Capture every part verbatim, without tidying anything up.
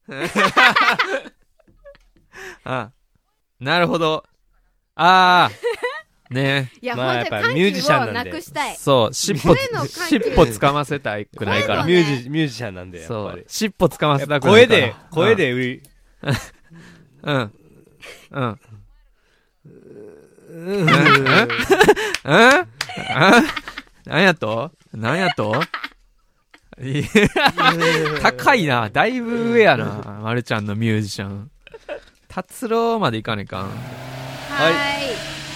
あ、なるほど。ああ、ねいや、 まあ本当にやっぱミュージシャン緩なんで急をなくしたい。 そう、尻尾、 声の緩急尻尾つかませたいくないから。 声のミュージミュージシャンなんでやっそうぱり、 尻尾つかませたくないから。 声で声で売り、 うん。うん。うん。 うんうんうんなんやとなんやといや高いな。だいぶ上やな。まるちゃんのミュージシャン。達郎までいかねえかん。 ははいーい。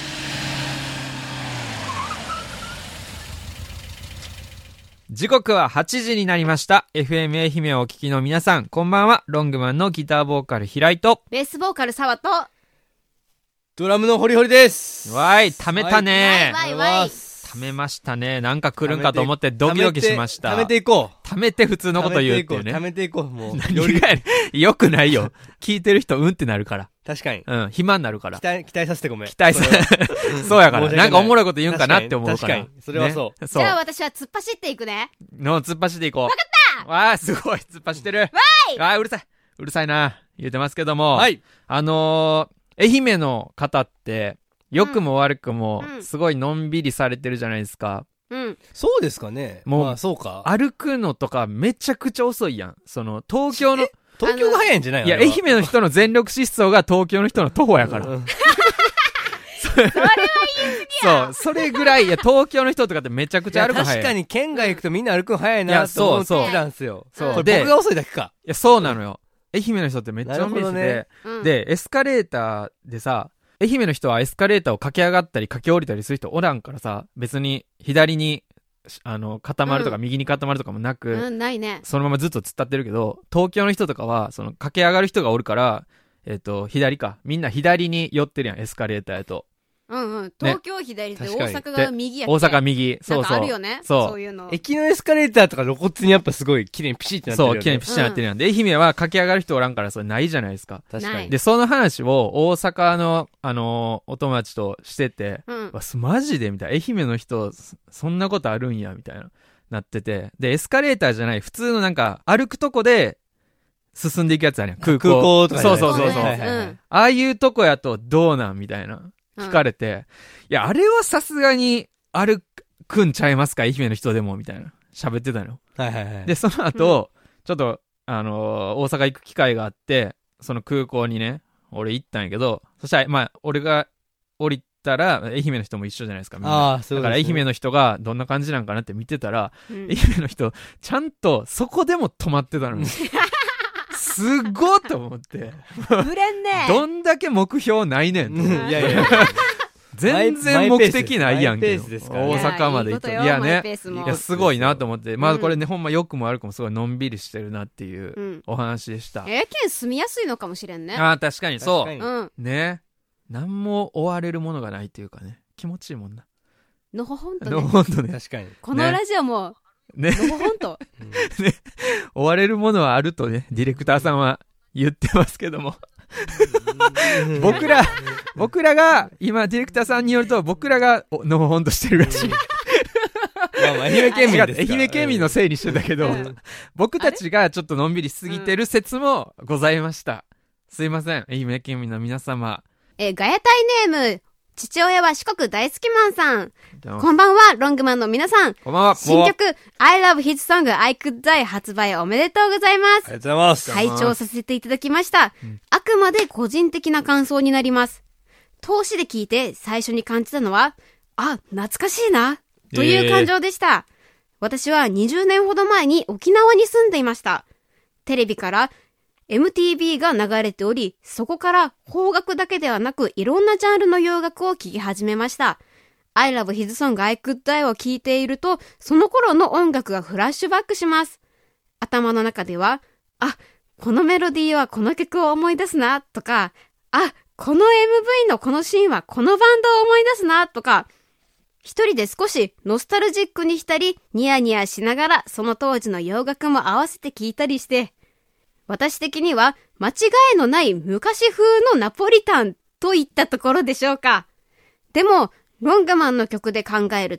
時刻ははちじになりました。エフエム 愛媛をお聞きの皆さん、こんばんは。ロングマンのギターボーカル平井と、 ベースボーカル沢と、 ドラムのホリホリです。 わい、貯めたねわいわいわい。 貯めましたね。なんか来るんかと思ってドキドキしました。 貯めていこう。 貯めて普通のこと言うっていうね。 貯めていこう。貯めていこう。もう。 何がやねん。よくないよ。聞いてる人うんってなるから。 確かに。 うん、暇になるから。 期待、期待させてごめん。 期待さそうやから。 申し訳ないなんかおもろいこと言うんかなって思うから。 確かに確かにそれはそうね、 じゃあ私は突っ走っていくね。 の、突っ走っていこう。わかったわー、すごい。突っ走ってる。わーいわー、うるさい。うるさいな。言うてますけども。 はい。 あのー、愛媛の方って、良くも悪くもう、んすごいのんびりされてるじゃないですか。 うん。 そうですかね。 もうまあそうか。 歩くのとかめちゃくちゃ遅いやん。その、東京の、 東京が早いんじゃないのいや、愛媛の人の全力疾走が東京の人の徒歩やから。 うんそれは言い過ぎや。 そう、それぐらい、いや、東京の人とかってめちゃくいやちゃ歩くの早い。 確かに県外行くとみんな歩くの早いいやなと思ってそうそうたんですよ。 そうでこれ僕が遅いだけか。 いや、そうなのよ。愛媛の人ってめっちゃのんびりしてて、 なるうん、 で、エスカレーターでさ、愛媛の人はエスカレーターを駆け上がったり駆け下りたりする人おらんからさ、別に左に、あの、固まるとかうん右に固まるとかもなく、 うん、ないね。 そのままずっと突っ立ってるけど、東京の人とかは、その駆け上がる人がおるから、えっ、と、左か。みんな左に寄ってるやん、エスカレーターやと。 うんうん。東京左で大確かに阪が右やっけ。 大阪右。そうなんそう。 かあるよね。 そうそういうの。 駅のエスカレーターとか露骨にやっぱすごい綺麗にピシッてなってるよね。 そう、綺麗にピシッとなってるやん。で、愛媛は駆け上がる人おらんから、それないじゃないですか。 ない確かに。 で、その話を大阪の、あのーお友達としてて、 うん。 わすマジでみたいな。愛媛の人、そそんなことあるんや、みたいな。なってて。で、エスカレーターじゃない、普通のなんか、歩くとこで、進んでいくやつあるやん。空港。 空港とかねそうそうそうそう。 はいはいはいうんああいうとこやとどうなんみたいな。聞かれて、いや、あれはさすがに歩くんちゃいますか愛媛の人でもみたいな。喋ってたの。 はいはいはい。 で、その後、ちょっと、あのー大阪行く機会があって、その空港にね、俺行ったんやけど、そしたら、まあ、俺が降りたら、愛媛の人も一緒じゃないですか、みんな。 ああ、そうだからですね愛媛の人がどんな感じなんかなって見てたら、 うん愛媛の人、ちゃんとそこでも止まってたのに。すごっと思って。 ぶれんね。 どんだけ目標ないねんって。 うんいやいや。 全然目的ないやんけマイペースですから大阪まで行ったいやねいやすごいなと思ってまあこれね、ほんま良くも悪くもすごいのんびりしてるなっていううんお話でした、 えー、県住みやすいのかもしれんね。 ああ確かにそ確かにうん。 うね何も追われるものがないっていうかね気持ちいいもんなのほほんとのね。 ほんとね確かに。 このラジオも、 ねのほほんと。 追われるものはあるとねディレクターさんは言ってますけども僕ら僕らが今ディレクターさんによると僕らがおのほほんとしてるらしいまあまあ愛媛県民ですから。 愛媛県民のせいにしてたけど、 うん僕たちがちょっとのんびりしすぎてる説もございました。すいません、愛媛県民の皆様。 えー、ガヤタイネーム、父親は四国大好きマンさん。 ここんばんは、ロングマンの皆さん。 こんばんは。 新曲、I love his song I could die 発売おめでとうございます。 ありがとうございます。 拝聴させていただきました。 うんあくまで個人的な感想になります。投資で聞いて最初に感じたのは、あ、懐かしいな、という感情でした。私はにじゅうねんほど前に沖縄に住んでいました。テレビから エムティービー が流れており、そこから邦楽だけではなくいろんなジャンルの洋楽を聴き始めました。I love his song I could die を聴いていると、その頃の音楽がフラッシュバックします。頭の中では、あ、このメロディーはこの曲を思い出すな、とか、あ、この エムブイ のこのシーンはこのバンドを思い出すな、とか、一人で少しノスタルジックにしたり、ニヤニヤしながらその当時の洋楽も合わせて聴いたりして、私的には間違いのない昔風のナポリタンといったところでしょうか。でも、ロングマンの曲で考えると、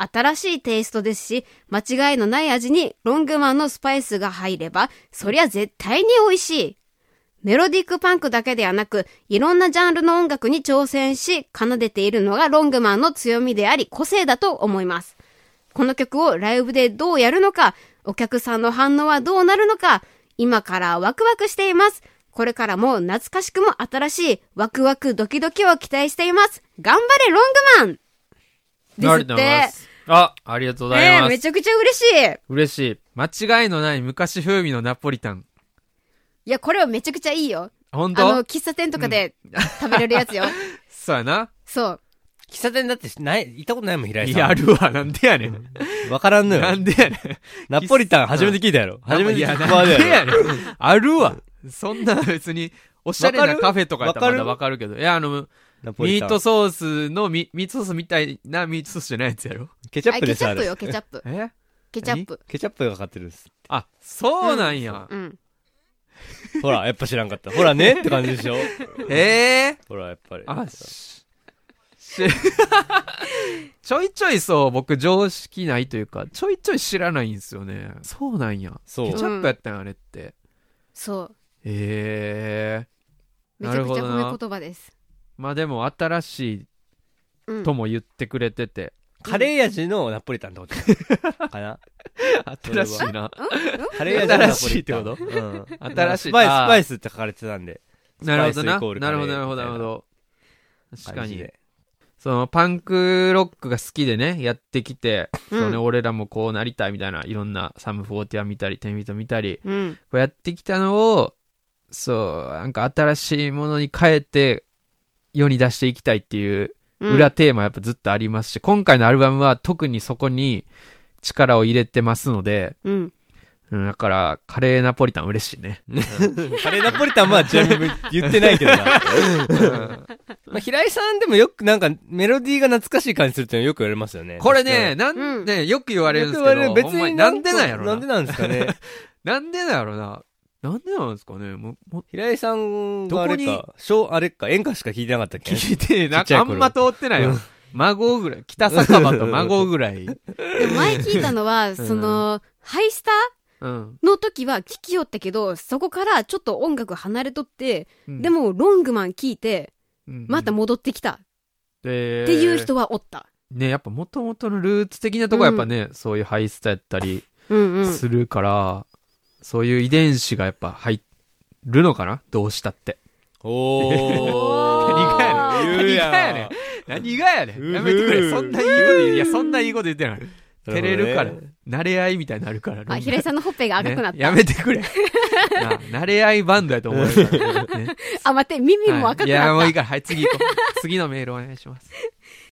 新しいテイストですし、間違いのない味にロングマンのスパイスが入れば、そりゃ絶対に美味しい。メロディックパンクだけではなく、いろんなジャンルの音楽に挑戦し、奏でているのがロングマンの強みであり、個性だと思います。この曲をライブでどうやるのか、お客さんの反応はどうなるのか、今からワクワクしています。これからも懐かしくも新しいワクワクドキドキを期待しています。頑張れロングマンですって。 あ、ありがとうございます。 えー、めちゃくちゃ嬉しい。 嬉しい。間違いのない昔風味のナポリタン。 いや、これはめちゃくちゃいいよ。 本当？ あの、喫茶店とかで食べれるやつよ。 そうやな。 そう。 喫茶店だってない、行ったことないもん、平井さん。 やるわ、なんでやねん。 わからんのよ。 なんでやねん。 ナポリタン初めて聞いたやろ。初めて聞いたやろ。なんでやねん。あるわ。そんな別に、おしゃれなカフェとかやったらまだわかるけど。いや、あの、ミートソースのミ、ミートソースみたいなミートソースじゃないやつやろ。 ケチャップです、 あ、ケチャップよ、ケチャップ。 えケチャップ。 ケチャップがかかってるんです。 あ、そうなんや。 うん。 ほら、やっぱ知らんかった。ほらねって感じでしょ。 ええほら、やっぱり。 あ、し、し、ちょいちょいそう、僕常識ないというか、ちょいちょい知らないんですよね。そうなんや。 そう。 ケチャップやったんや、あれって。 そう。 ええー。 めちゃくちゃ褒め言葉です。 まあでも、新しいとも言ってくれてて。 うん、カレー味のナポリタンってことかな。 新しいな。 カレー味のナポリタン。 新しいってこと？うん。新しい。 スパイス、スパイスって書かれてたんで。 なるほどな。なるほど、なるほど、なるほど。確かに。その、パンクロックが好きでね、やってきて、うん、そうね、俺らもこうなりたいみたいな、いろんなサムフォーティワン見たり、テンビート見たり、 うん、 こうやってきたのを、そう、なんか新しいものに変えて、世に出していきたいっていう裏テーマやっぱずっとありますし、うん、今回のアルバムは特にそこに力を入れてますので、 うんうん、だからカレーナポリタン嬉しいね。 カレーナポリタンはちなみに言ってないけどな。まあ、平井さんでもよくなんかメロディーが懐かしい感じするっていうのよく言われますよね。 これね、なんね、よく言われるんですけど、 別になんでなんやろな。 なんでなんですかね。 なんでなんやろな。なんでなんですかね。もも平井さんがあれか、小あれか、演歌しか聞いてなかったっけ？ 聞いて、なんかあんま通ってないよ。孫ぐらい。北酒場と孫ぐらい。でも前聞いたのは、その、ハイスターの時は聞きよったけど、そこからちょっと音楽離れとって、うん、でもロングマン聞いて、また戻ってきた。っていう人はおった。 ね、やっぱ元々のルーツ的なとこはやっぱね、うん、そういうハイスターやったりするから、うんうん、そういう遺伝子がやっぱ入るのかな、どうしたって。 おー。 何がやねん。何がやねん。何がやねん。やめてくれ。そんないいこと言う。いや、そんないいこと言ってない。照れるから。慣れ合いみたいになるから。 あ、平井さんのほっぺが赤くなった。 ね、やめてくれ。な慣れ合いバンドやと思うから、ね。 あ、待って、耳も赤くなった。 はい、いや、もういいから。はい、次行こう。次のメールお願いします。